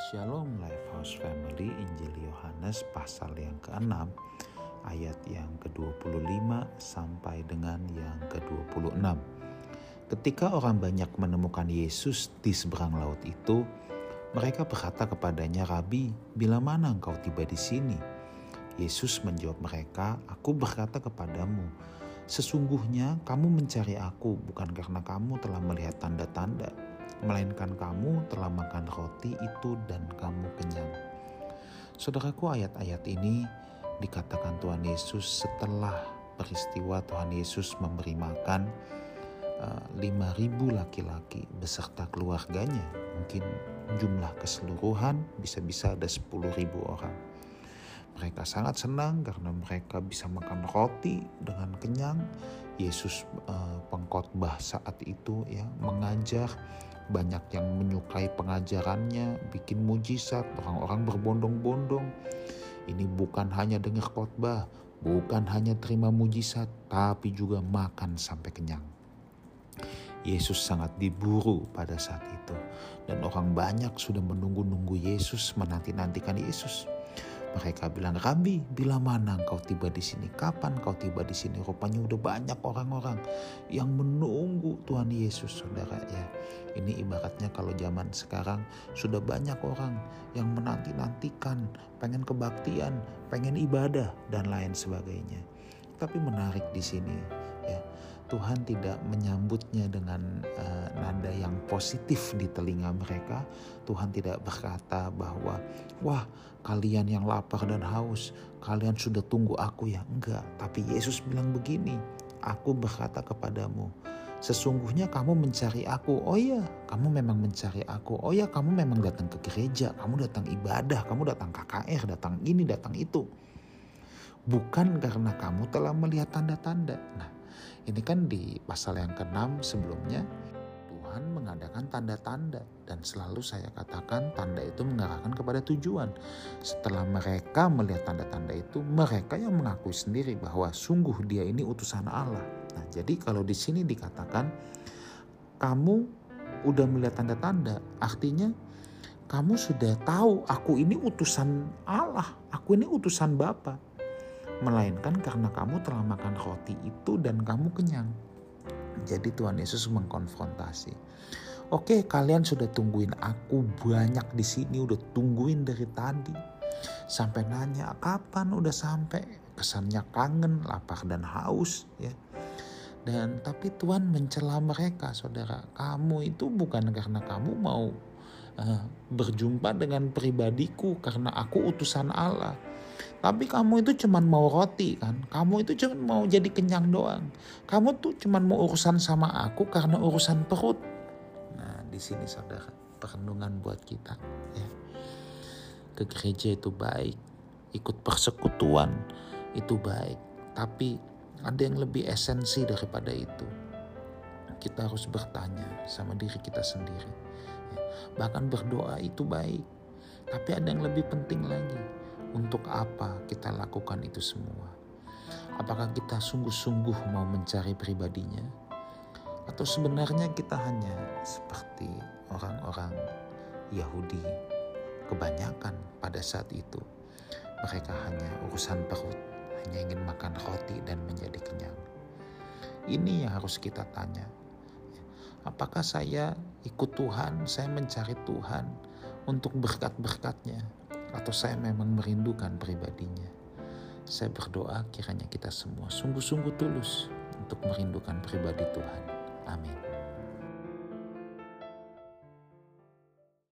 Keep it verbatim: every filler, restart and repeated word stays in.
Shalom Lifehouse Family, Injil Yohanes pasal yang keenam ayat yang ke dua puluh lima sampai dengan yang ke dua puluh enam. Ketika orang banyak menemukan Yesus di seberang laut itu, mereka berkata kepadanya, "Rabi, bila mana engkau tiba di sini?" Yesus menjawab mereka, "Aku berkata kepadamu, sesungguhnya kamu mencari aku bukan karena kamu telah melihat tanda-tanda, melainkan kamu telah makan roti itu dan kamu kenyang." Saudaraku, ayat-ayat ini dikatakan Tuhan Yesus setelah peristiwa Tuhan Yesus memberi makan uh, lima ribu laki-laki beserta keluarganya. Mungkin jumlah keseluruhan bisa-bisa ada sepuluh ribu orang. Mereka sangat senang karena mereka bisa makan roti dengan kenyang. Yesus uh, pengkhotbah saat itu ya mengajar, banyak yang menyukai pengajarannya, bikin mujizat, orang-orang berbondong-bondong. Ini bukan hanya dengar khotbah, bukan hanya terima mujizat, tapi juga makan sampai kenyang. Yesus sangat diburu pada saat itu, dan orang banyak sudah menunggu-nunggu Yesus, menanti-nantikan Yesus. Mereka bilang, "Rabi, bila mana engkau tiba di sini? Kapan kau tiba di sini?" Rupanya udah banyak orang-orang yang menunggu Tuhan Yesus, saudara ya. Ini ibaratnya kalau zaman sekarang sudah banyak orang yang menanti-nantikan, pengen kebaktian, pengen ibadah dan lain sebagainya. Tapi menarik di sini ya, Tuhan tidak menyambutnya dengan uh, nada yang positif di telinga mereka. Tuhan tidak berkata bahwa, "Wah, kalian yang lapar dan haus, kalian sudah tunggu aku ya." Enggak, tapi Yesus bilang begini, "Aku berkata kepadamu, sesungguhnya kamu mencari aku." Oh iya, kamu memang mencari aku. Oh iya, kamu memang datang ke gereja, kamu datang ibadah, kamu datang K K R, datang ini, datang itu. Bukan karena kamu telah melihat tanda-tanda. Nah, ini kan di pasal yang keenam sebelumnya Tuhan mengadakan tanda-tanda, dan selalu saya katakan tanda itu mengarahkan kepada tujuan. Setelah mereka melihat tanda-tanda itu, mereka yang mengakui sendiri bahwa sungguh dia ini utusan Allah. Nah, jadi kalau di sini dikatakan kamu udah melihat tanda-tanda, artinya kamu sudah tahu aku ini utusan Allah, aku ini utusan Bapa. Melainkan karena kamu telah makan roti itu dan kamu kenyang. Jadi Tuhan Yesus mengkonfrontasi. Oke, kalian sudah tungguin aku banyak di sini, udah tungguin dari tadi. Sampai nanya kapan udah sampai, kesannya kangen, lapar dan haus ya. Dan tapi Tuhan mencela mereka, saudara. Kamu itu bukan karena kamu mau uh, berjumpa dengan pribadiku karena aku utusan Allah. Tapi kamu itu cuman mau roti kan. Kamu itu cuman mau jadi kenyang doang. Kamu tuh cuman mau urusan sama aku karena urusan perut. Nah, di sini saudara, perenungan buat kita ya. Ke gereja itu baik, ikut persekutuan itu baik, tapi ada yang lebih esensi daripada itu. Kita harus bertanya sama diri kita sendiri ya. Bahkan berdoa itu baik, tapi ada yang lebih penting lagi. Untuk apa kita lakukan itu semua? Apakah kita sungguh-sungguh mau mencari pribadinya? Atau sebenarnya kita hanya seperti orang-orang Yahudi kebanyakan pada saat itu. Mereka hanya urusan perut, hanya ingin makan roti dan menjadi kenyang. Ini yang harus kita tanya. Apakah saya ikut Tuhan, saya mencari Tuhan untuk berkat-berkatnya? Atau saya memang merindukan pribadinya? Saya berdoa kiranya kita semua sungguh-sungguh tulus untuk merindukan pribadi Tuhan. Amin.